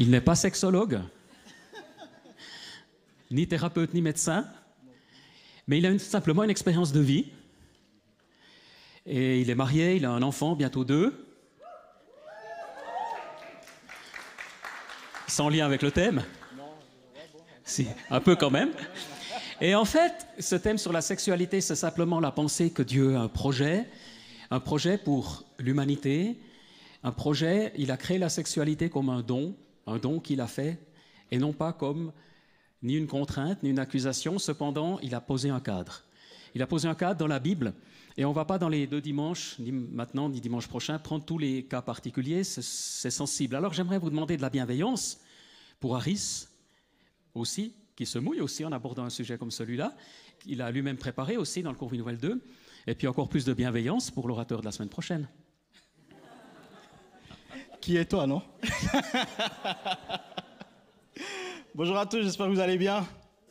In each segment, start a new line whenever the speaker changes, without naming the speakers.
Il n'est pas sexologue, ni thérapeute, ni médecin, mais il a simplement une expérience de vie. Et il est marié, il a un enfant, bientôt 2. Sans lien avec le thème. Si, un peu quand même. Et en fait, ce thème sur la sexualité, c'est simplement la pensée que Dieu a un projet pour l'humanité, un projet, il a créé la sexualité comme un don qu'il a fait, et non pas comme ni une contrainte, ni une accusation. Cependant, il a posé un cadre. Il a posé un cadre dans la Bible, et on ne va pas dans les 2 dimanches, ni maintenant, ni dimanche prochain, prendre tous les cas particuliers, c'est sensible. Alors j'aimerais vous demander de la bienveillance pour Harris aussi, qui se mouille aussi en abordant un sujet comme celui-là. Il a lui-même préparé aussi dans le cours Vie Nouvelle 2, et puis encore plus de bienveillance pour l'orateur de la semaine prochaine.
Qui est toi, non? Bonjour à tous, j'espère que vous allez bien.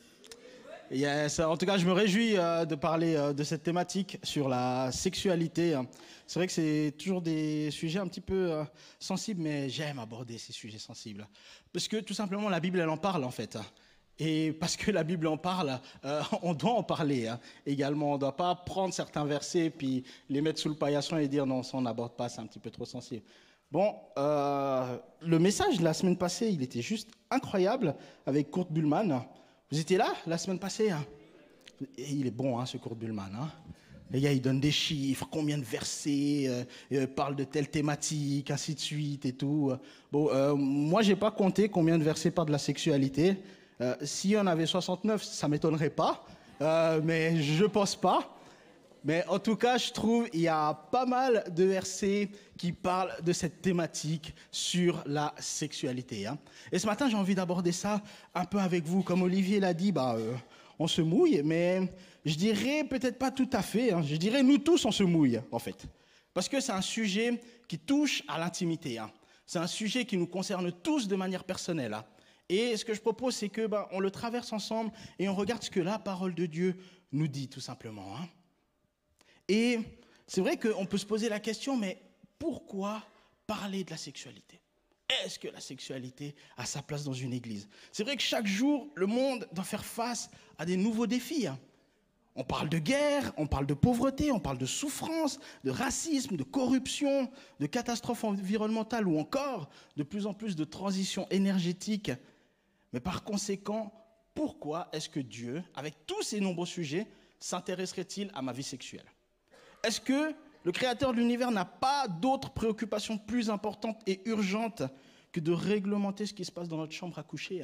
Yes, en tout cas, je me réjouis de parler de cette thématique sur la sexualité. C'est vrai que c'est toujours des sujets un petit peu sensibles, mais j'aime aborder ces sujets sensibles. Parce que tout simplement, la Bible, elle en parle en fait. Et parce que la Bible en parle, on doit en parler également. On ne doit pas prendre certains versets puis les mettre sous le paillasson et dire non, ça on n'aborde pas, c'est un petit peu trop sensible. Bon, le message de la semaine passée, il était juste incroyable avec Kurt Buhlmann. Vous étiez là la semaine passée Et il est bon, ce Kurt Buhlmann. Les gars, il donne des chiffres, combien de versets, parle de telle thématique, ainsi de suite et tout. Bon, moi, je n'ai pas compté combien de versets parlent de la sexualité. S'il y en avait 69, ça ne m'étonnerait pas, mais je ne pense pas. Mais en tout cas, je trouve qu'il y a pas mal de versets qui parlent de cette thématique sur la sexualité. Et ce matin, j'ai envie d'aborder ça un peu avec vous. Comme Olivier l'a dit, on se mouille, mais je dirais peut-être pas tout à fait. Je dirais nous tous, on se mouille, en fait. Parce que c'est un sujet qui touche à l'intimité. C'est un sujet qui nous concerne tous de manière personnelle. Et ce que je propose, c'est que on le traverse ensemble et on regarde ce que la parole de Dieu nous dit, tout simplement. Et c'est vrai qu'on peut se poser la question, mais pourquoi parler de la sexualité? Est-ce que la sexualité a sa place dans une église? C'est vrai que chaque jour, le monde doit faire face à des nouveaux défis. On parle de guerre, on parle de pauvreté, on parle de souffrance, de racisme, de corruption, de catastrophes environnementales ou encore de plus en plus de transition énergétique. Mais par conséquent, pourquoi est-ce que Dieu, avec tous ces nombreux sujets, s'intéresserait-il à ma vie sexuelle? Est-ce que le Créateur de l'univers n'a pas d'autres préoccupations plus importantes et urgentes que de réglementer ce qui se passe dans notre chambre à coucher?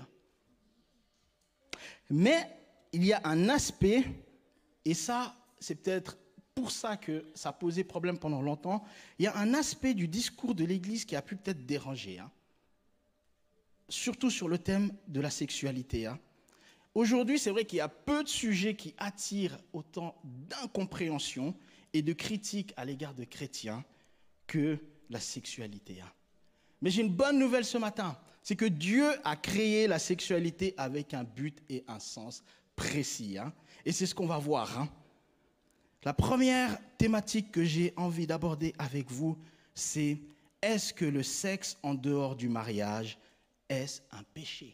Mais il y a un aspect, et ça, c'est peut-être pour ça que ça a posé problème pendant longtemps, il y a un aspect du discours de l'Église qui a pu peut-être déranger, surtout sur le thème de la sexualité. Aujourd'hui, c'est vrai qu'il y a peu de sujets qui attirent autant d'incompréhension et de critiques à l'égard de chrétiens que la sexualité. Mais j'ai une bonne nouvelle ce matin, c'est que Dieu a créé la sexualité avec un but et un sens précis. Et c'est ce qu'on va voir. La première thématique que j'ai envie d'aborder avec vous, c'est est-ce que le sexe en dehors du mariage, est-ce un péché?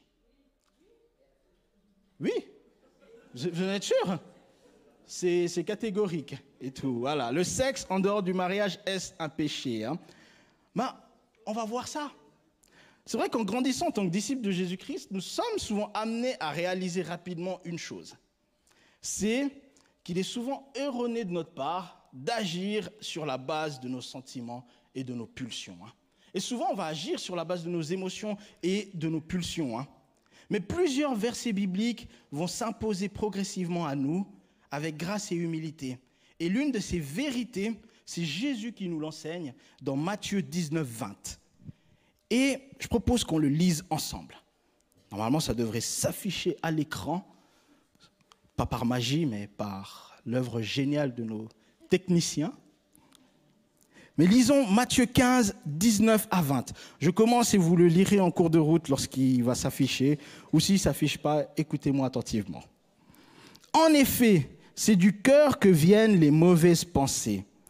Oui, vous en êtes sûr? C'est catégorique et tout. Voilà. Le sexe en dehors du mariage, est-ce un péché? On va voir ça. C'est vrai qu'en grandissant en tant que disciples de Jésus-Christ, nous sommes souvent amenés à réaliser rapidement une chose. C'est qu'il est souvent erroné de notre part d'agir sur la base de nos sentiments et de nos pulsions. Et souvent, on va agir sur la base de nos émotions et de nos pulsions. Mais plusieurs versets bibliques vont s'imposer progressivement à nous avec grâce et humilité. Et l'une de ces vérités, c'est Jésus qui nous l'enseigne dans Matthieu 19, 20. Et je propose qu'on le lise ensemble. Normalement, ça devrait s'afficher à l'écran, pas par magie, mais par l'œuvre géniale de nos techniciens. Mais lisons Matthieu 15, 19 à 20. Je commence et vous le lirez en cours de route lorsqu'il va s'afficher. Ou s'il ne s'affiche pas, écoutez-moi attentivement. En effet, c'est du cœur que viennent les mauvaises pensées,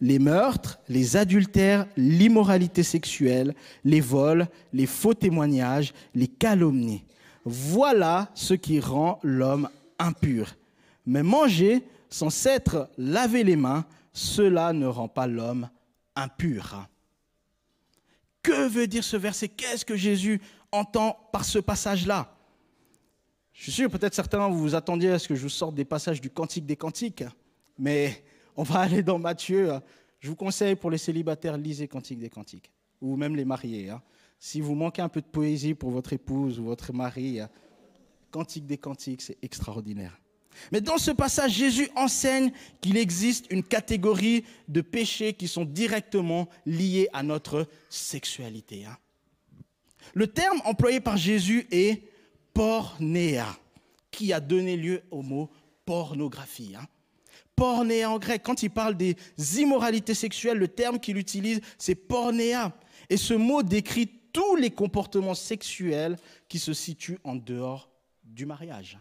les meurtres, les adultères, l'immoralité sexuelle, les vols, les faux témoignages, les calomnies. Voilà ce qui rend l'homme impur. Mais manger sans s'être lavé les mains, cela ne rend pas l'homme impur. Que veut dire ce verset? Qu'est-ce que Jésus entend par ce passage-là? Je suis sûr, peut-être certains vous vous attendiez à ce que je vous sorte des passages du Cantique des Cantiques, mais on va aller dans Matthieu. Je vous conseille pour les célibataires, lisez Cantique des Cantiques, ou même les mariés. Si vous manquez un peu de poésie pour votre épouse ou votre mari, Cantique des Cantiques, c'est extraordinaire. Mais dans ce passage, Jésus enseigne qu'il existe une catégorie de péchés qui sont directement liés à notre sexualité. Le terme employé par Jésus est pornéa, qui a donné lieu au mot pornographie. Pornéa en grec, quand il parle des immoralités sexuelles, le terme qu'il utilise, c'est pornéa. Et ce mot décrit tous les comportements sexuels qui se situent en dehors du mariage.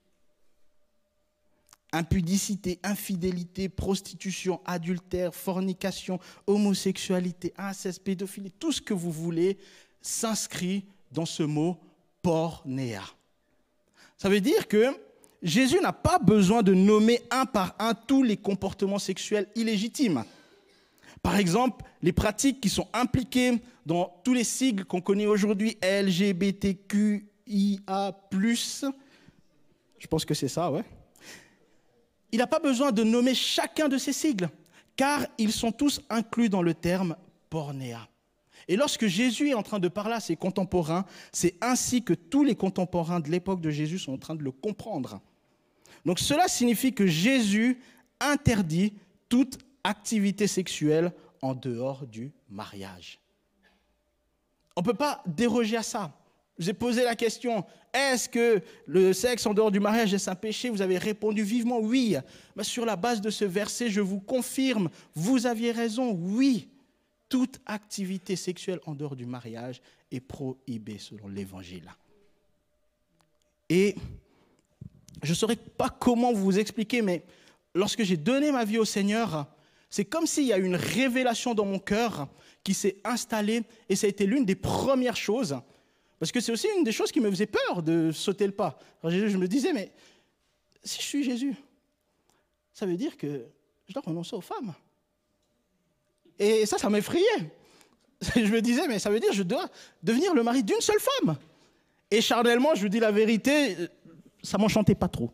Impudicité, infidélité, prostitution, adultère, fornication, homosexualité, inceste, pédophilie, tout ce que vous voulez s'inscrit dans ce mot pornéa. Ça veut dire que Jésus n'a pas besoin de nommer un par un tous les comportements sexuels illégitimes. Par exemple, les pratiques qui sont impliquées dans tous les sigles qu'on connaît aujourd'hui, LGBTQIA+, je pense que c'est ça, ouais. Il n'a pas besoin de nommer chacun de ces sigles, car ils sont tous inclus dans le terme pornéa. Et lorsque Jésus est en train de parler à ses contemporains, c'est ainsi que tous les contemporains de l'époque de Jésus sont en train de le comprendre. Donc cela signifie que Jésus interdit toute activité sexuelle en dehors du mariage. On ne peut pas déroger à ça. J'ai posé la question, est-ce que le sexe en dehors du mariage est un péché? Vous avez répondu vivement oui. Mais sur la base de ce verset, je vous confirme, vous aviez raison, oui. Toute activité sexuelle en dehors du mariage est prohibée selon l'Évangile. Et je ne saurais pas comment vous expliquer, mais lorsque j'ai donné ma vie au Seigneur, c'est comme s'il y a une révélation dans mon cœur qui s'est installée, et ça a été l'une des premières choses. Parce que c'est aussi une des choses qui me faisait peur de sauter le pas. Alors je me disais, mais si je suis Jésus, ça veut dire que je dois renoncer aux femmes. Et ça m'effrayait. Je me disais, mais ça veut dire que je dois devenir le mari d'une seule femme. Et charnellement, je vous dis la vérité, ça ne m'enchantait pas trop.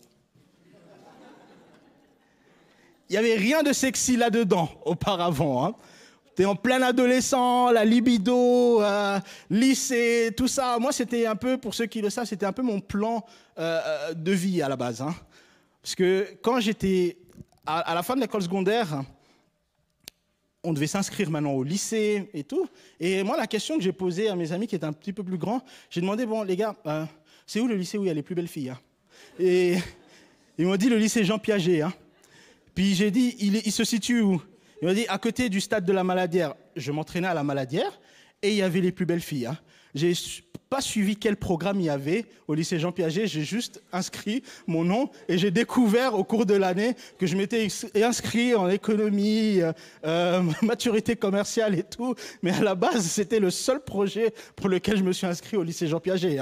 Il n'y avait rien de sexy là-dedans auparavant. T'es en plein adolescent, la libido, lycée, tout ça. Moi, c'était un peu, pour ceux qui le savent, c'était un peu mon plan de vie à la base. Parce que quand j'étais à la fin de l'école secondaire, on devait s'inscrire maintenant au lycée et tout. Et moi, la question que j'ai posée à mes amis qui étaient un petit peu plus grands, j'ai demandé, bon, les gars, c'est où le lycée où il y a les plus belles filles? Et ils m'ont dit le lycée Jean Piaget. Puis j'ai dit, il se situe où? Il m'a dit, à côté du stade de la Maladière. Je m'entraînais à la Maladière et il y avait les plus belles filles. J'ai pas suivi quel programme il y avait au lycée Jean Piaget. J'ai juste inscrit mon nom et j'ai découvert au cours de l'année que je m'étais inscrit en économie, maturité commerciale et tout. Mais à la base, c'était le seul projet pour lequel je me suis inscrit au lycée Jean Piaget.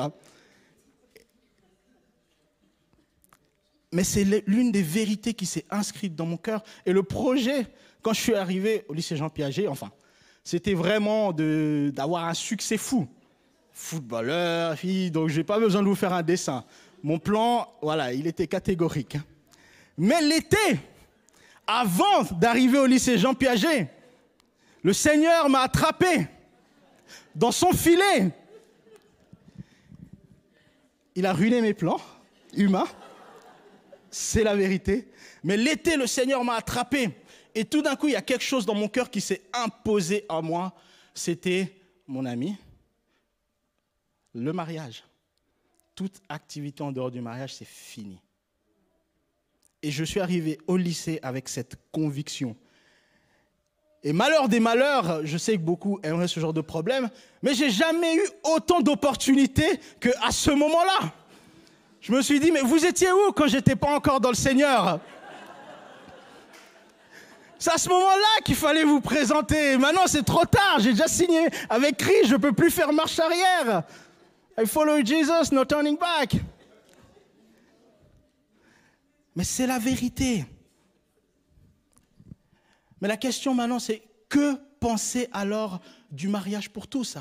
Mais c'est l'une des vérités qui s'est inscrite dans mon cœur. Et le projet, quand je suis arrivé au lycée Jean Piaget, c'était vraiment d'avoir un succès fou. Footballeur, donc je n'ai pas besoin de vous faire un dessin. Mon plan, voilà, il était catégorique. Mais l'été, avant d'arriver au lycée Jean Piaget, le Seigneur m'a attrapé dans son filet. Il a ruiné mes plans humains. C'est la vérité. Mais l'été, le Seigneur m'a attrapé. Et tout d'un coup, il y a quelque chose dans mon cœur qui s'est imposé à moi. C'était, mon ami, le mariage. Toute activité en dehors du mariage, c'est fini. Et je suis arrivé au lycée avec cette conviction. Et malheur des malheurs, je sais que beaucoup aimeraient ce genre de problème, mais j'ai jamais eu autant d'opportunités qu'à ce moment-là. Je me suis dit, mais vous étiez où quand j'étais pas encore dans le Seigneur? C'est à ce moment-là qu'il fallait vous présenter. Maintenant, c'est trop tard. J'ai déjà signé avec Christ. Je ne peux plus faire marche arrière. I follow Jesus, no turning back. Mais c'est la vérité. Mais la question maintenant, c'est que penser alors du mariage pour tous?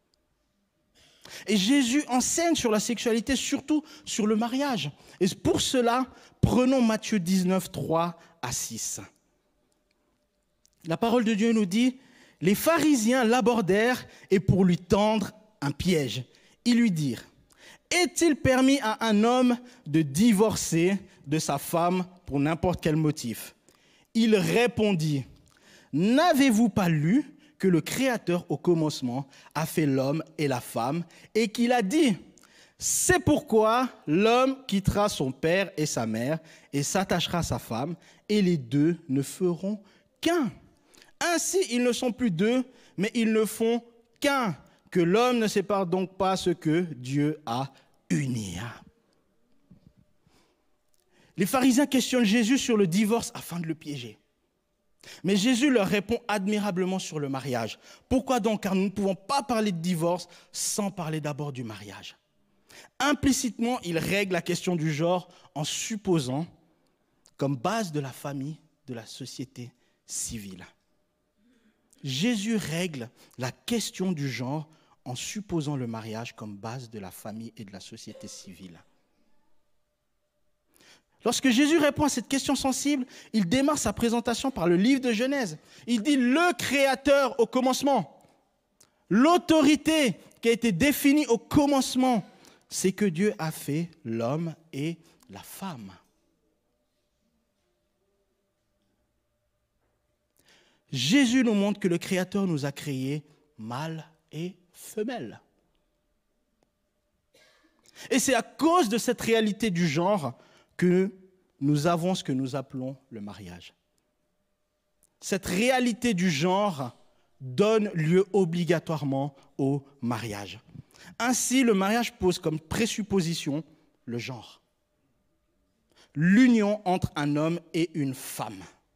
Et Jésus enseigne sur la sexualité, surtout sur le mariage. Et pour cela, prenons Matthieu 19, 3 à 6. La parole de Dieu nous dit, « Les pharisiens l'abordèrent et pour lui tendre un piège, ils lui dirent, « Est-il permis à un homme de divorcer de sa femme pour n'importe quel motif ?» Il répondit, « N'avez-vous pas lu que le Créateur au commencement a fait l'homme et la femme et qu'il a dit, « C'est pourquoi l'homme quittera son père et sa mère et s'attachera à sa femme et les deux ne feront qu'un. Ainsi, ils ne sont plus deux, mais ils ne font qu'un. Que l'homme ne sépare donc pas ce que Dieu a uni. » Les pharisiens questionnent Jésus sur le divorce afin de le piéger. Mais Jésus leur répond admirablement sur le mariage. Pourquoi donc? Car nous ne pouvons pas parler de divorce sans parler d'abord du mariage. Implicitement, il règle la question du genre en supposant comme base de la famille, de la société civile. Jésus règle la question du genre en supposant le mariage comme base de la famille et de la société civile. Lorsque Jésus répond à cette question sensible, il démarre sa présentation par le livre de Genèse. Il dit le Créateur au commencement. L'autorité qui a été définie au commencement, c'est que Dieu a fait l'homme et la femme. Jésus nous montre que le Créateur nous a créés mâle et femelle. Et c'est à cause de cette réalité du genre que nous avons ce que nous appelons le mariage. Cette réalité du genre donne lieu obligatoirement au mariage. Ainsi, le mariage pose comme présupposition le genre. L'union entre un homme et une femme.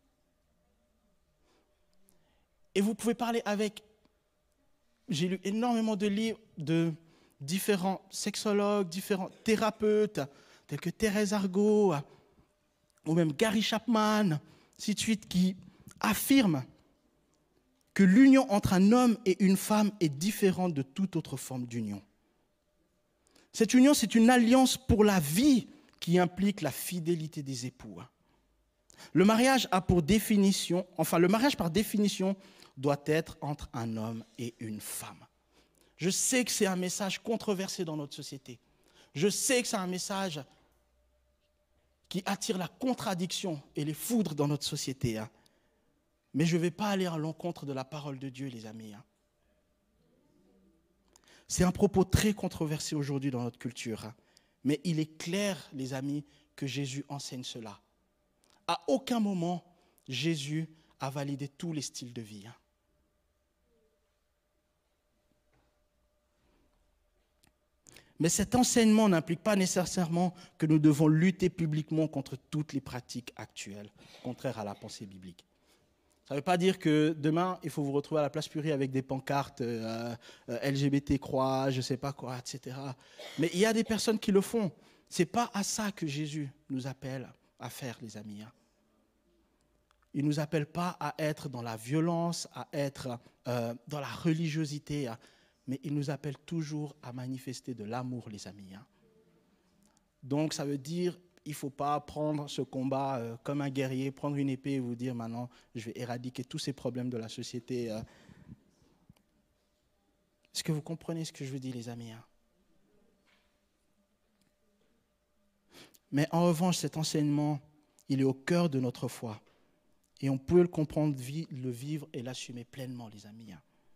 Et vous pouvez parler avec... J'ai lu énormément de livres de différents sexologues, différents thérapeutes, tels que Thérèse Argot, ou même Gary Chapman, ainsi de suite, qui affirment que l'union entre un homme et une femme est différente de toute autre forme d'union. Cette union, c'est une alliance pour la vie qui implique la fidélité des époux. Le mariage a pour définition, le mariage par définition doit être entre un homme et une femme. Je sais que c'est un message controversé dans notre société. Je sais que c'est un message qui attire la contradiction et les foudres dans notre société. Mais je ne vais pas aller à l'encontre de la parole de Dieu, les amis. C'est un propos très controversé aujourd'hui dans notre culture. Mais il est clair, les amis, que Jésus enseigne cela. À aucun moment, Jésus a validé tous les styles de vie. Mais cet enseignement n'implique pas nécessairement que nous devons lutter publiquement contre toutes les pratiques actuelles, contraires à la pensée biblique. Ça ne veut pas dire que demain, il faut vous retrouver à la place Curie avec des pancartes LGBT croix, je ne sais pas quoi, etc. Mais il y a des personnes qui le font. Ce n'est pas à ça que Jésus nous appelle à faire, les amis. Il ne nous appelle pas à être dans la violence, à être dans la religiosité, mais il nous appelle toujours à manifester de l'amour, les amis. Donc, ça veut dire, il ne faut pas prendre ce combat comme un guerrier, prendre une épée et vous dire, maintenant, je vais éradiquer tous ces problèmes de la société. Est-ce que vous comprenez ce que je veux dire, les amis? Mais en revanche, cet enseignement, il est au cœur de notre foi. Et on peut le comprendre, le vivre et l'assumer pleinement, les amis.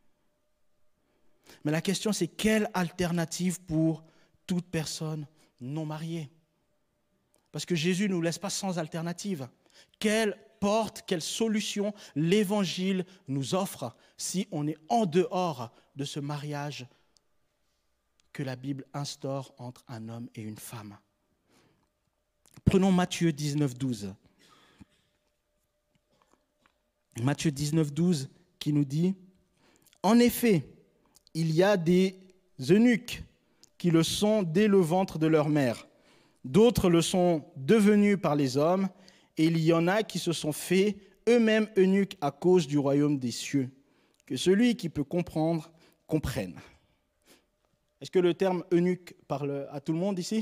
Mais la question, c'est quelle alternative pour toute personne non mariée? Parce que Jésus ne nous laisse pas sans alternative. Quelle porte, quelle solution l'Évangile nous offre si on est en dehors de ce mariage que la Bible instaure entre un homme et une femme? Prenons Matthieu 19, 12. Matthieu 19, 12, qui nous dit « En effet, il y a des eunuques qui le sont dès le ventre de leur mère. D'autres le sont devenus par les hommes, et il y en a qui se sont faits eux-mêmes eunuques à cause du royaume des cieux. Que celui qui peut comprendre, comprenne. » Est-ce que le terme eunuque parle à tout le monde ici ?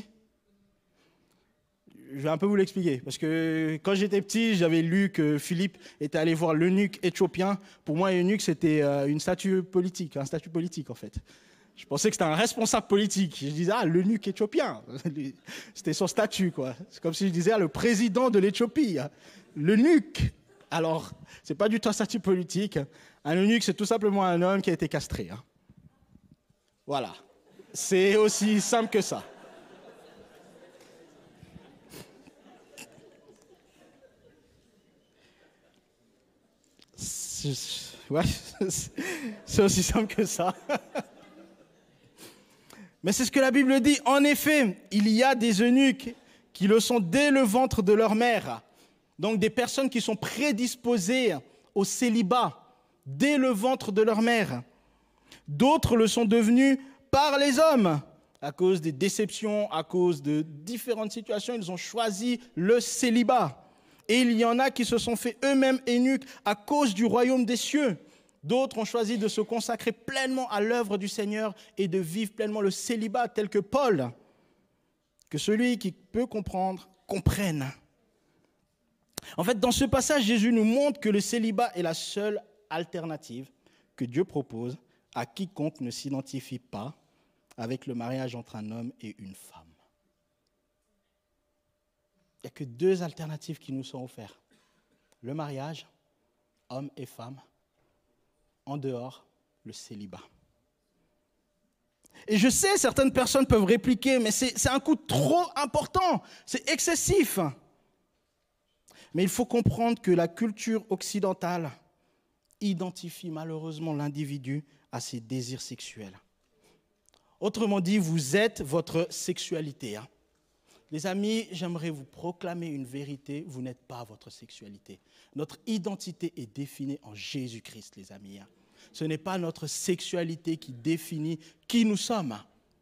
Je vais un peu vous l'expliquer, parce que quand j'étais petit, j'avais lu que Philippe était allé voir l'eunuque éthiopien. Pour moi, eunuque, c'était une statue politique, un statut politique en fait. Je pensais que c'était un responsable politique. Je disais, ah, l'eunuque éthiopien. C'était son statut, quoi. C'est comme si je disais, ah, le président de l'Éthiopie. L'eunuque. Alors, c'est pas du tout un statut politique. Un eunuque, c'est tout simplement un homme qui a été castré. Voilà. C'est aussi simple que ça. Ouais, c'est aussi simple que ça. Mais c'est ce que la Bible dit. En effet, il y a des eunuques qui le sont dès le ventre de leur mère. Donc des personnes qui sont prédisposées au célibat dès le ventre de leur mère. D'autres le sont devenus par les hommes. À cause des déceptions, à cause de différentes situations, ils ont choisi le célibat. Et il y en a qui se sont fait eux-mêmes eunuques à cause du royaume des cieux. D'autres ont choisi de se consacrer pleinement à l'œuvre du Seigneur et de vivre pleinement le célibat, tel que Paul. Que celui qui peut comprendre, comprenne. En fait, dans ce passage, Jésus nous montre que le célibat est la seule alternative que Dieu propose à quiconque ne s'identifie pas avec le mariage entre un homme et une femme. Il n'y a que deux alternatives qui nous sont offertes. Le mariage, homme et femme. En dehors, le célibat. Et je sais, certaines personnes peuvent répliquer, mais c'est un coût trop important, c'est excessif. Mais il faut comprendre que la culture occidentale identifie malheureusement l'individu à ses désirs sexuels. Autrement dit, vous êtes votre sexualité. Les amis, j'aimerais vous proclamer une vérité, vous n'êtes pas votre sexualité. Notre identité est définie en Jésus-Christ, les amis. Ce n'est pas notre sexualité qui définit qui nous sommes.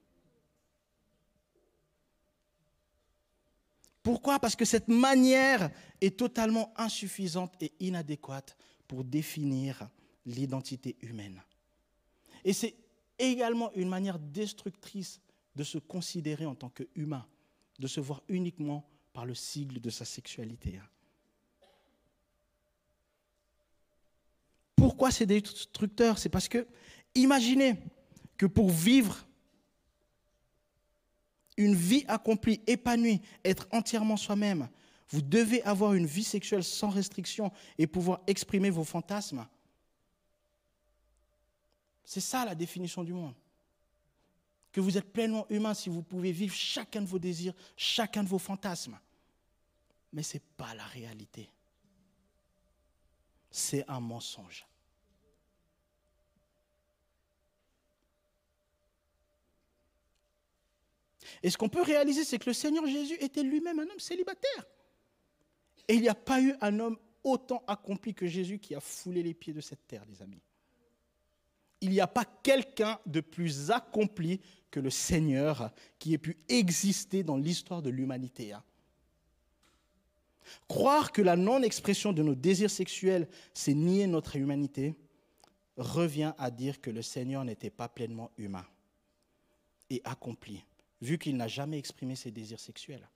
Pourquoi ? Parce que cette manière est totalement insuffisante et inadéquate pour définir l'identité humaine. Et c'est également une manière destructrice de se considérer en tant qu'humain, de se voir uniquement par le sigle de sa sexualité. Pourquoi c'est destructeur ? C'est parce que, imaginez que pour vivre une vie accomplie, épanouie, être entièrement soi-même, vous devez avoir une vie sexuelle sans restriction et pouvoir exprimer vos fantasmes. C'est ça la définition du monde. Que vous êtes pleinement humain si vous pouvez vivre chacun de vos désirs, chacun de vos fantasmes. Mais ce n'est pas la réalité. C'est un mensonge. Et ce qu'on peut réaliser, c'est que le Seigneur Jésus était lui-même un homme célibataire. Et il n'y a pas eu un homme autant accompli que Jésus qui a foulé les pieds de cette terre, les amis. Il n'y a pas quelqu'un de plus accompli que le Seigneur qui ait pu exister dans l'histoire de l'humanité. Croire que la non-expression de nos désirs sexuels, c'est nier notre humanité, revient à dire que le Seigneur n'était pas pleinement humain et accompli, vu qu'il n'a jamais exprimé ses désirs sexuels.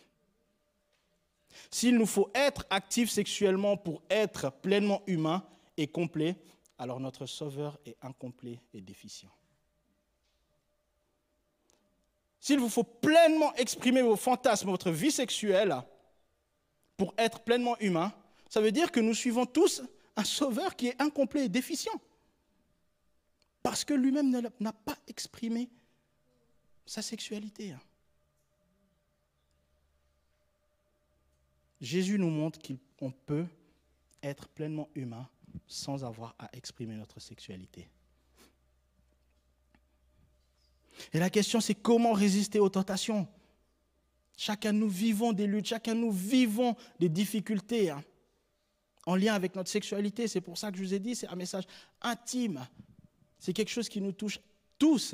S'il nous faut être actifs sexuellement pour être pleinement humain et complet, alors notre Sauveur est incomplet et déficient. S'il vous faut pleinement exprimer vos fantasmes, votre vie sexuelle, pour être pleinement humain, ça veut dire que nous suivons tous un Sauveur qui est incomplet et déficient. Parce que lui-même n'a pas exprimé sa sexualité. Jésus nous montre qu'on peut être pleinement humain sans avoir à exprimer notre sexualité. Et la question, c'est comment résister aux tentations ? Chacun de nous vivons des luttes, chacun de nous vivons des difficultés en lien avec notre sexualité. C'est pour ça que je vous ai dit, c'est un message intime. C'est quelque chose qui nous touche tous.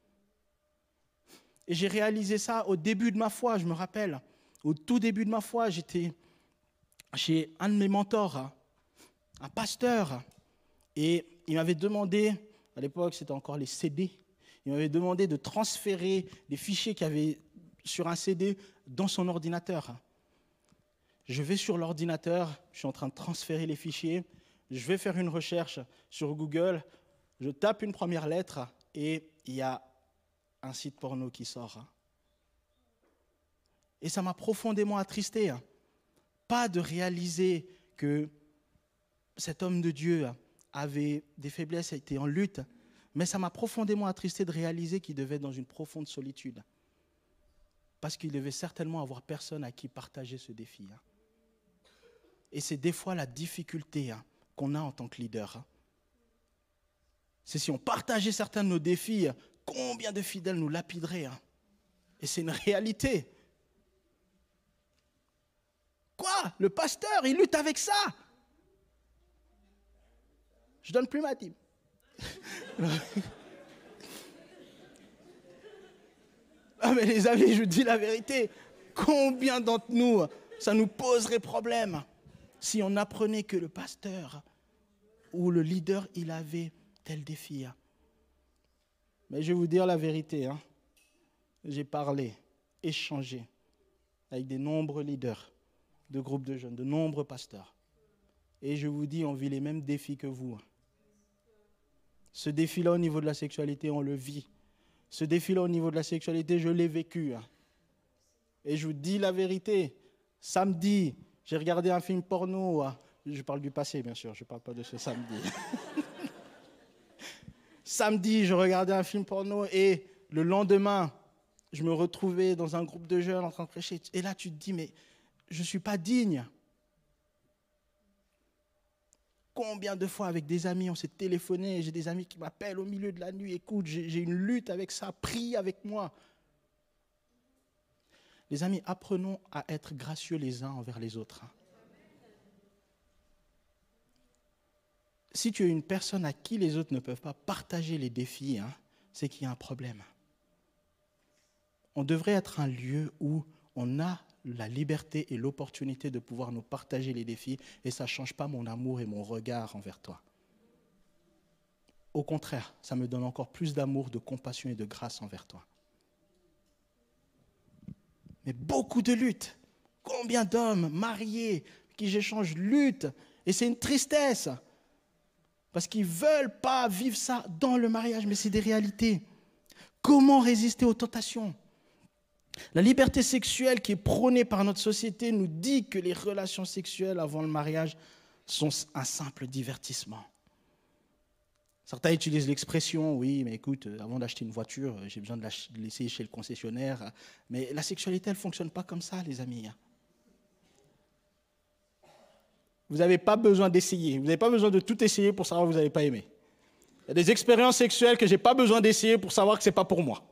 Et j'ai réalisé ça au début de ma foi, je me rappelle. Au tout début de ma foi, j'étais chez un de mes mentors, un pasteur. Et il m'avait demandé, à l'époque c'était encore les CD, il m'avait demandé de transférer des fichiers qu'il y avait sur un CD dans son ordinateur. Je vais sur l'ordinateur, je suis en train de transférer les fichiers, je vais faire une recherche sur Google, je tape une première lettre et il y a un site porno qui sort. Et ça m'a profondément attristé. Pas de réaliser que cet homme de Dieu avait des faiblesses, était en lutte, mais ça m'a profondément attristé de réaliser qu'il devait être dans une profonde solitude. Parce qu'il devait certainement avoir personne à qui partager ce défi. Et c'est des fois la difficulté qu'on a en tant que leader. C'est si on partageait certains de nos défis, combien de fidèles nous lapideraient. Et c'est une réalité. Quoi? Le pasteur, il lutte avec ça? Je donne plus ma dîme. Ah mais les amis, je vous dis la vérité. Combien d'entre nous, ça nous poserait problème si on apprenait que le pasteur ou le leader, il avait tel défi. Mais je vais vous dire la vérité. J'ai parlé, échangé avec de nombreux leaders de groupes de jeunes, de nombreux pasteurs. Et je vous dis, on vit les mêmes défis que vous. Ce défi-là au niveau de la sexualité, on le vit. Ce défi-là au niveau de la sexualité, je l'ai vécu. Et je vous dis la vérité. Samedi, j'ai regardé un film porno. Je parle du passé, bien sûr. Je ne parle pas de ce samedi. Samedi, je regardais un film porno et le lendemain, je me retrouvais dans un groupe de jeunes en train de prêcher. Et là, tu te dis, mais je ne suis pas digne. Combien de fois avec des amis, on s'est téléphoné, j'ai des amis qui m'appellent au milieu de la nuit, écoute, j'ai une lutte avec ça, prie avec moi. Les amis, apprenons à être gracieux les uns envers les autres. Si tu es une personne à qui les autres ne peuvent pas partager les défis, c'est qu'il y a un problème. On devrait être un lieu où on a la liberté et l'opportunité de pouvoir nous partager les défis et ça ne change pas mon amour et mon regard envers toi. Au contraire, ça me donne encore plus d'amour, de compassion et de grâce envers toi. Mais beaucoup de luttes. Combien d'hommes mariés qui j'échange luttent et c'est une tristesse parce qu'ils ne veulent pas vivre ça dans le mariage, mais c'est des réalités. Comment résister aux tentations ? La liberté sexuelle qui est prônée par notre société nous dit que les relations sexuelles avant le mariage sont un simple divertissement. Certains utilisent l'expression, oui, mais écoute, avant d'acheter une voiture, j'ai besoin de l'essayer chez le concessionnaire. Mais la sexualité, elle ne fonctionne pas comme ça, les amis. Vous n'avez pas besoin d'essayer. Vous n'avez pas besoin de tout essayer pour savoir que vous n'avez pas aimé. Il y a des expériences sexuelles que je n'ai pas besoin d'essayer pour savoir que ce n'est pas pour moi.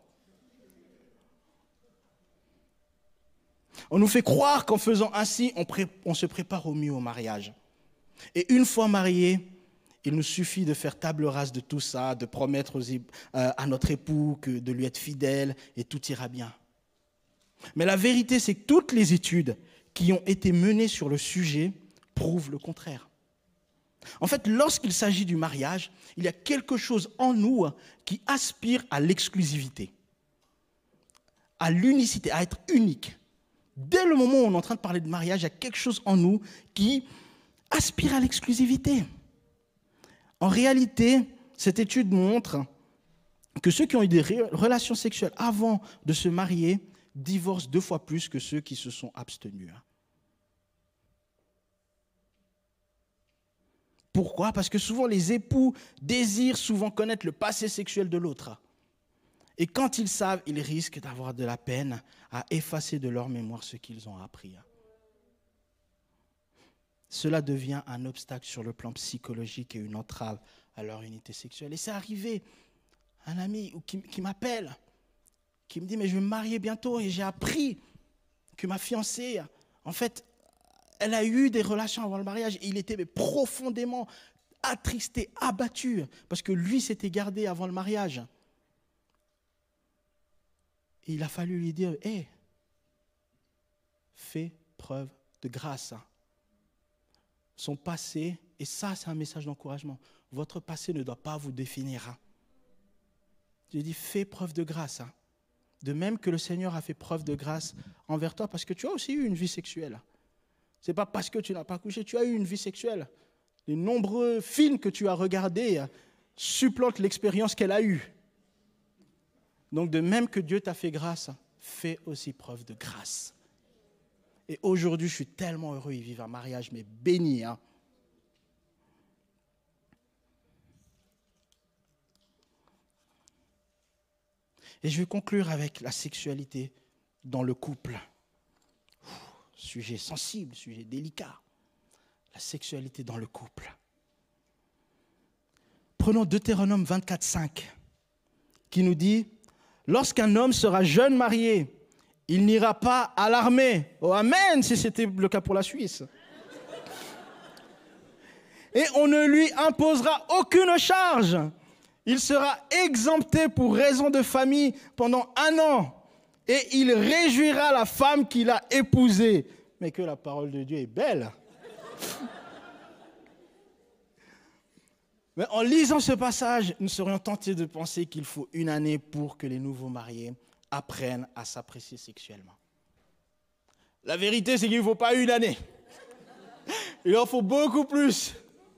On nous fait croire qu'en faisant ainsi, on se prépare au mieux au mariage. Et une fois mariés, il nous suffit de faire table rase de tout ça, de promettre à notre époux de lui être fidèle et tout ira bien. Mais la vérité, c'est que toutes les études qui ont été menées sur le sujet prouvent le contraire. En fait, lorsqu'il s'agit du mariage, il y a quelque chose en nous qui aspire à l'exclusivité, à l'unicité, à être unique. Dès le moment où on est en train de parler de mariage, il y a quelque chose en nous qui aspire à l'exclusivité. En réalité, cette étude montre que ceux qui ont eu des relations sexuelles avant de se marier divorcent 2 fois plus que ceux qui se sont abstenus. Pourquoi ? Parce que souvent les époux désirent souvent connaître le passé sexuel de l'autre. Et quand ils savent, ils risquent d'avoir de la peine à effacer de leur mémoire ce qu'ils ont appris. Cela devient un obstacle sur le plan psychologique et une entrave à leur unité sexuelle. Et c'est arrivé, un ami qui m'appelle, qui me dit « mais je vais me marier bientôt » et j'ai appris que ma fiancée, en fait, elle a eu des relations avant le mariage et il était mais profondément attristé, abattu, parce que lui s'était gardé avant le mariage. Et il a fallu lui dire, hé, fais preuve de grâce. Son passé, et ça c'est un message d'encouragement, votre passé ne doit pas vous définir. J'ai dit, fais preuve de grâce. De même que le Seigneur a fait preuve de grâce envers toi, parce que tu as aussi eu une vie sexuelle. Ce n'est pas parce que tu n'as pas couché, tu as eu une vie sexuelle. Les nombreux films que tu as regardés supplantent l'expérience qu'elle a eue. Donc de même que Dieu t'a fait grâce, fais aussi preuve de grâce. Et aujourd'hui, je suis tellement heureux, ils vivent un mariage, mais béni. Et je vais conclure avec la sexualité dans le couple. Sujet sensible, sujet délicat. La sexualité dans le couple. Prenons Deutéronome 24:5, qui nous dit « Lorsqu'un homme sera jeune marié, il n'ira pas à l'armée. » Oh, amen, si c'était le cas pour la Suisse. « Et on ne lui imposera aucune charge. Il sera exempté pour raison de famille pendant 1 an. Et il réjouira la femme qu'il a épousée. » Mais que la parole de Dieu est belle. Mais en lisant ce passage, nous serions tentés de penser qu'il faut 1 année pour que les nouveaux mariés apprennent à s'apprécier sexuellement. La vérité, c'est qu'il ne faut pas 1 année. Il en faut beaucoup plus.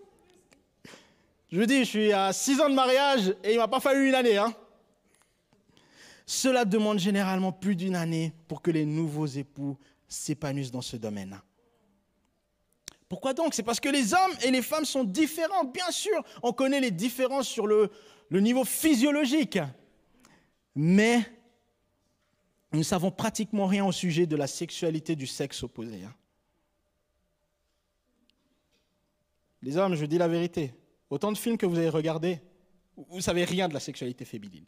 Je dis, je suis à 6 ans de mariage et il ne m'a pas fallu 1 année. Cela demande généralement plus d'1 année pour que les nouveaux époux s'épanouissent dans ce domaine. Pourquoi donc? C'est parce que les hommes et les femmes sont différents. Bien sûr, on connaît les différences sur le niveau physiologique. Mais nous ne savons pratiquement rien au sujet de la sexualité du sexe opposé. Les hommes, je dis la vérité, autant de films que vous avez regardés, vous ne savez rien de la sexualité féminine.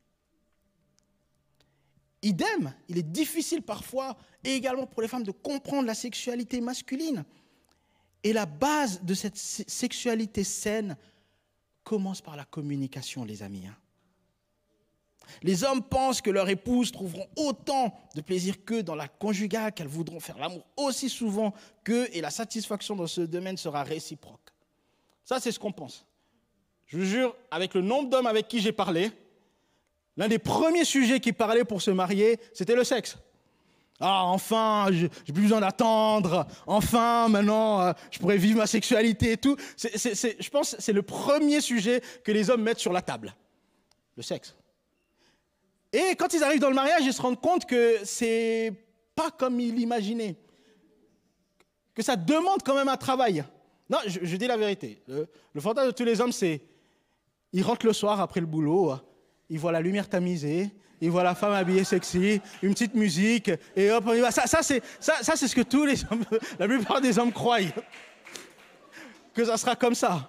Idem, il est difficile parfois, et également pour les femmes, de comprendre la sexualité masculine. Et la base de cette sexualité saine commence par la communication, les amis. Les hommes pensent que leurs épouses trouveront autant de plaisir qu'eux dans la conjugale, qu'elles voudront faire l'amour aussi souvent qu'eux, et la satisfaction dans ce domaine sera réciproque. Ça, c'est ce qu'on pense. Je vous jure, avec le nombre d'hommes avec qui j'ai parlé, l'un des premiers sujets qu'ils parlaient pour se marier, c'était le sexe. Ah, enfin, j'ai plus besoin d'attendre. Enfin, maintenant, je pourrais vivre ma sexualité et tout. Je pense que c'est le premier sujet que les hommes mettent sur la table. Le sexe. Et quand ils arrivent dans le mariage, ils se rendent compte que c'est pas comme ils l'imaginaient. Que ça demande quand même un travail. Non, je dis la vérité. Le fantasme de tous les hommes, c'est ils rentrent le soir après le boulot, ils voient la lumière tamisée, ils voient la femme habillée sexy, une petite musique, et hop, on y va. Ça, c'est ce que tous les hommes, la plupart des hommes croient. Que ça sera comme ça.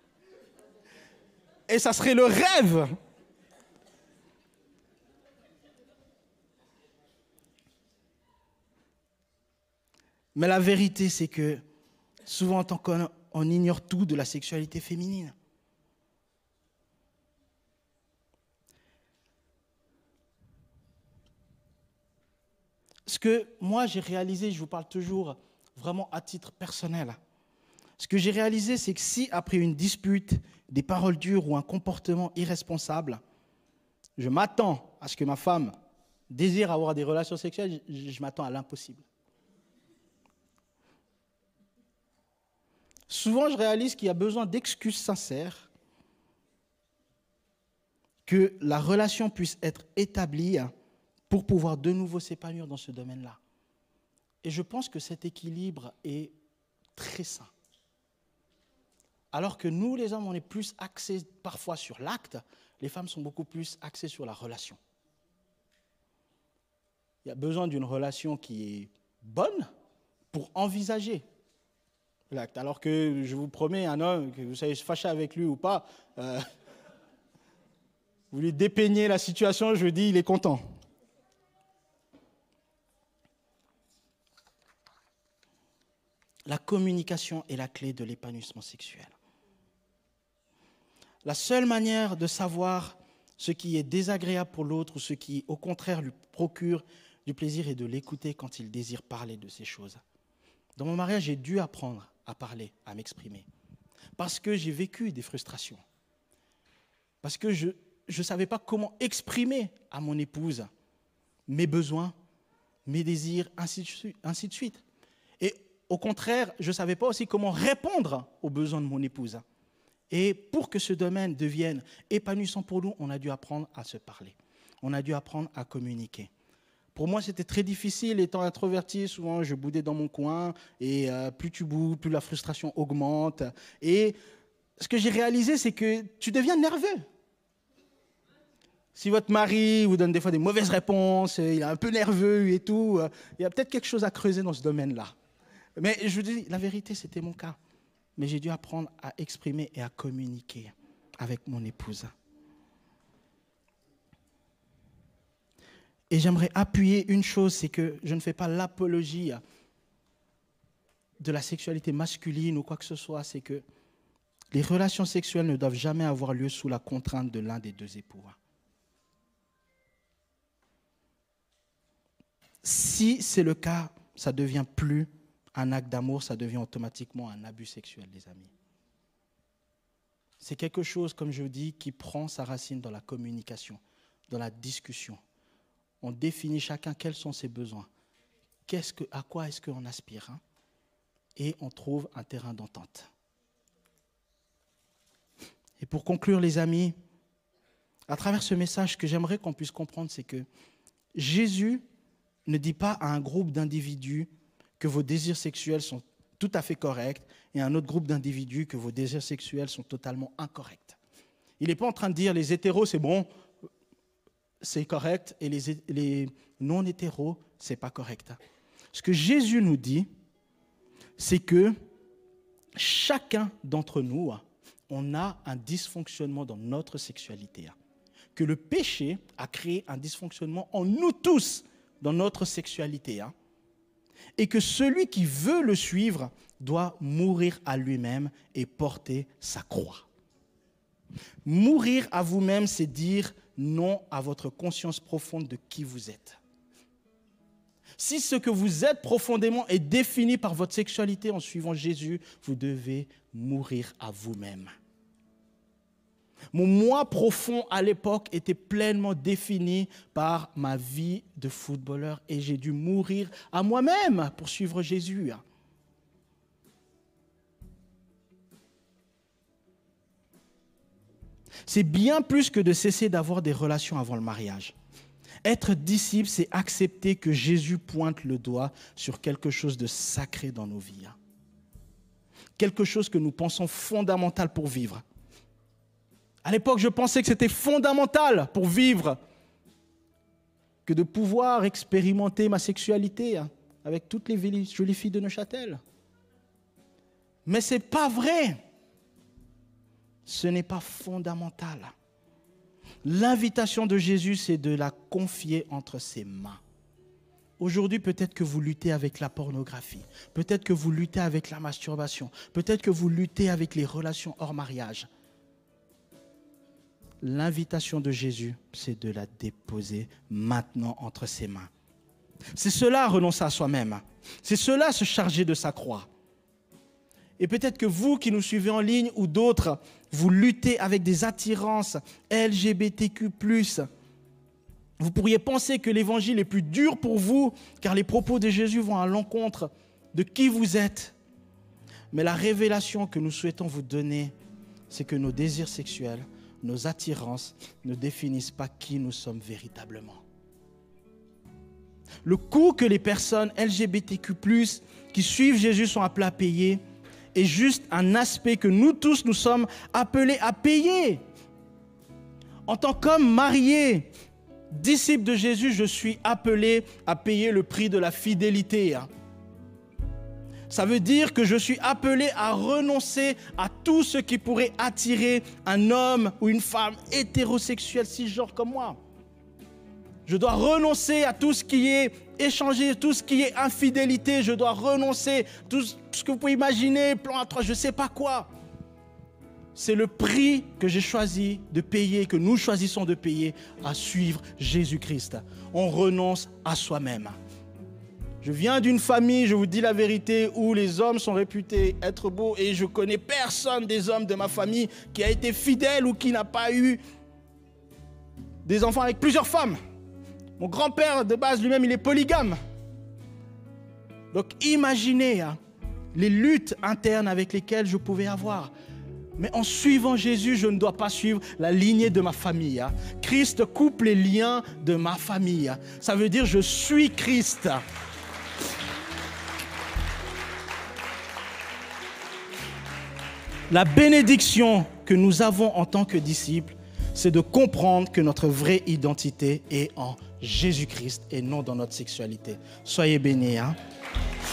Et ça serait le rêve. Mais la vérité, c'est que souvent, en tant qu'homme, on ignore tout de la sexualité féminine. Ce que moi j'ai réalisé, je vous parle toujours vraiment à titre personnel, ce que j'ai réalisé, c'est que si après une dispute, des paroles dures ou un comportement irresponsable, je m'attends à ce que ma femme désire avoir des relations sexuelles, je m'attends à l'impossible. Souvent, je réalise qu'il y a besoin d'excuses sincères, que la relation puisse être établie pour pouvoir de nouveau s'épanouir dans ce domaine-là. Et je pense que cet équilibre est très sain. Alors que nous, les hommes, on est plus axés parfois sur l'acte, les femmes sont beaucoup plus axées sur la relation. Il y a besoin d'une relation qui est bonne pour envisager l'acte. Alors que je vous promets, un homme, que vous soyez fâché avec lui ou pas, vous lui dépeignez la situation, je dis, il est content. La communication est la clé de l'épanouissement sexuel. La seule manière de savoir ce qui est désagréable pour l'autre ou ce qui, au contraire, lui procure du plaisir est de l'écouter quand il désire parler de ces choses. Dans mon mariage, j'ai dû apprendre à parler, à m'exprimer. Parce que j'ai vécu des frustrations. Parce que je ne savais pas comment exprimer à mon épouse mes besoins, mes désirs, ainsi de suite. Et au contraire, je ne savais pas aussi comment répondre aux besoins de mon épouse. Et pour que ce domaine devienne épanouissant pour nous, on a dû apprendre à se parler. On a dû apprendre à communiquer. Pour moi, c'était très difficile. Étant introverti, souvent, je boudais dans mon coin. Et plus tu boudes, plus la frustration augmente. Et ce que j'ai réalisé, c'est que tu deviens nerveux. Si votre mari vous donne des fois des mauvaises réponses, il est un peu nerveux et tout, il y a peut-être quelque chose à creuser dans ce domaine-là. Mais je vous dis, la vérité, c'était mon cas. Mais j'ai dû apprendre à exprimer et à communiquer avec mon épouse. Et j'aimerais appuyer une chose, c'est que je ne fais pas l'apologie de la sexualité masculine ou quoi que ce soit, c'est que les relations sexuelles ne doivent jamais avoir lieu sous la contrainte de l'un des deux époux. Si c'est le cas, ça ne devient plus un acte d'amour, ça devient automatiquement un abus sexuel, les amis. C'est quelque chose, comme je vous dis, qui prend sa racine dans la communication, dans la discussion. On définit chacun quels sont ses besoins, à quoi est-ce qu'on aspire, et on trouve un terrain d'entente. Et pour conclure, les amis, à travers ce message, ce que j'aimerais qu'on puisse comprendre, c'est que Jésus ne dit pas à un groupe d'individus que vos désirs sexuels sont tout à fait corrects et à un autre groupe d'individus que vos désirs sexuels sont totalement incorrects. Il n'est pas en train de dire les hétéros, c'est bon, c'est correct, et les non-hétéros, c'est pas correct. Ce que Jésus nous dit, c'est que chacun d'entre nous, on a un dysfonctionnement dans notre sexualité. Que le péché a créé un dysfonctionnement en nous tous dans notre sexualité. Et que celui qui veut le suivre doit mourir à lui-même et porter sa croix. Mourir à vous-même, c'est dire non à votre conscience profonde de qui vous êtes. Si ce que vous êtes profondément est défini par votre sexualité en suivant Jésus, vous devez mourir à vous-même. Mon moi profond à l'époque était pleinement défini par ma vie de footballeur et j'ai dû mourir à moi-même pour suivre Jésus. C'est bien plus que de cesser d'avoir des relations avant le mariage. Être disciple, c'est accepter que Jésus pointe le doigt sur quelque chose de sacré dans nos vies. Quelque chose que nous pensons fondamental pour vivre. À l'époque, je pensais que c'était fondamental pour vivre que de pouvoir expérimenter ma sexualité avec toutes les jolies filles de Neuchâtel. Mais ce n'est pas vrai. Ce n'est pas fondamental. L'invitation de Jésus, c'est de la confier entre ses mains. Aujourd'hui, peut-être que vous luttez avec la pornographie. Peut-être que vous luttez avec la masturbation. Peut-être que vous luttez avec les relations hors mariage. L'invitation de Jésus, c'est de la déposer maintenant entre ses mains. C'est cela, renoncer à soi-même. C'est cela, se charger de sa croix. Et peut-être que vous qui nous suivez en ligne ou d'autres, vous luttez avec des attirances LGBTQ+. Vous pourriez penser que l'évangile est plus dur pour vous, car les propos de Jésus vont à l'encontre de qui vous êtes. Mais la révélation que nous souhaitons vous donner, c'est que nos désirs sexuels, nos attirances ne définissent pas qui nous sommes véritablement. Le coût que les personnes LGBTQ+, qui suivent Jésus sont appelées à payer, est juste un aspect que nous tous, nous sommes appelés à payer. En tant qu'homme marié, disciple de Jésus, je suis appelé à payer le prix de la fidélité. Ça veut dire que je suis appelé à renoncer à tout ce qui pourrait attirer un homme ou une femme hétérosexuelle cisgenre comme moi. Je dois renoncer à tout ce qui est échangé, tout ce qui est infidélité. Je dois renoncer à tout ce que vous pouvez imaginer, plan à 3, je ne sais pas quoi. C'est le prix que j'ai choisi de payer, que nous choisissons de payer à suivre Jésus-Christ. On renonce à soi-même. Je viens d'une famille, je vous dis la vérité, où les hommes sont réputés être beaux et je ne connais personne des hommes de ma famille qui a été fidèle ou qui n'a pas eu des enfants avec plusieurs femmes. Mon grand-père, de base, lui-même, il est polygame. Donc, imaginez les luttes internes avec lesquelles je pouvais avoir. Mais en suivant Jésus, je ne dois pas suivre la lignée de ma famille. Christ coupe les liens de ma famille. Ça veut dire je suis Christ. La bénédiction que nous avons en tant que disciples, c'est de comprendre que notre vraie identité est en Jésus-Christ et non dans notre sexualité. Soyez bénis.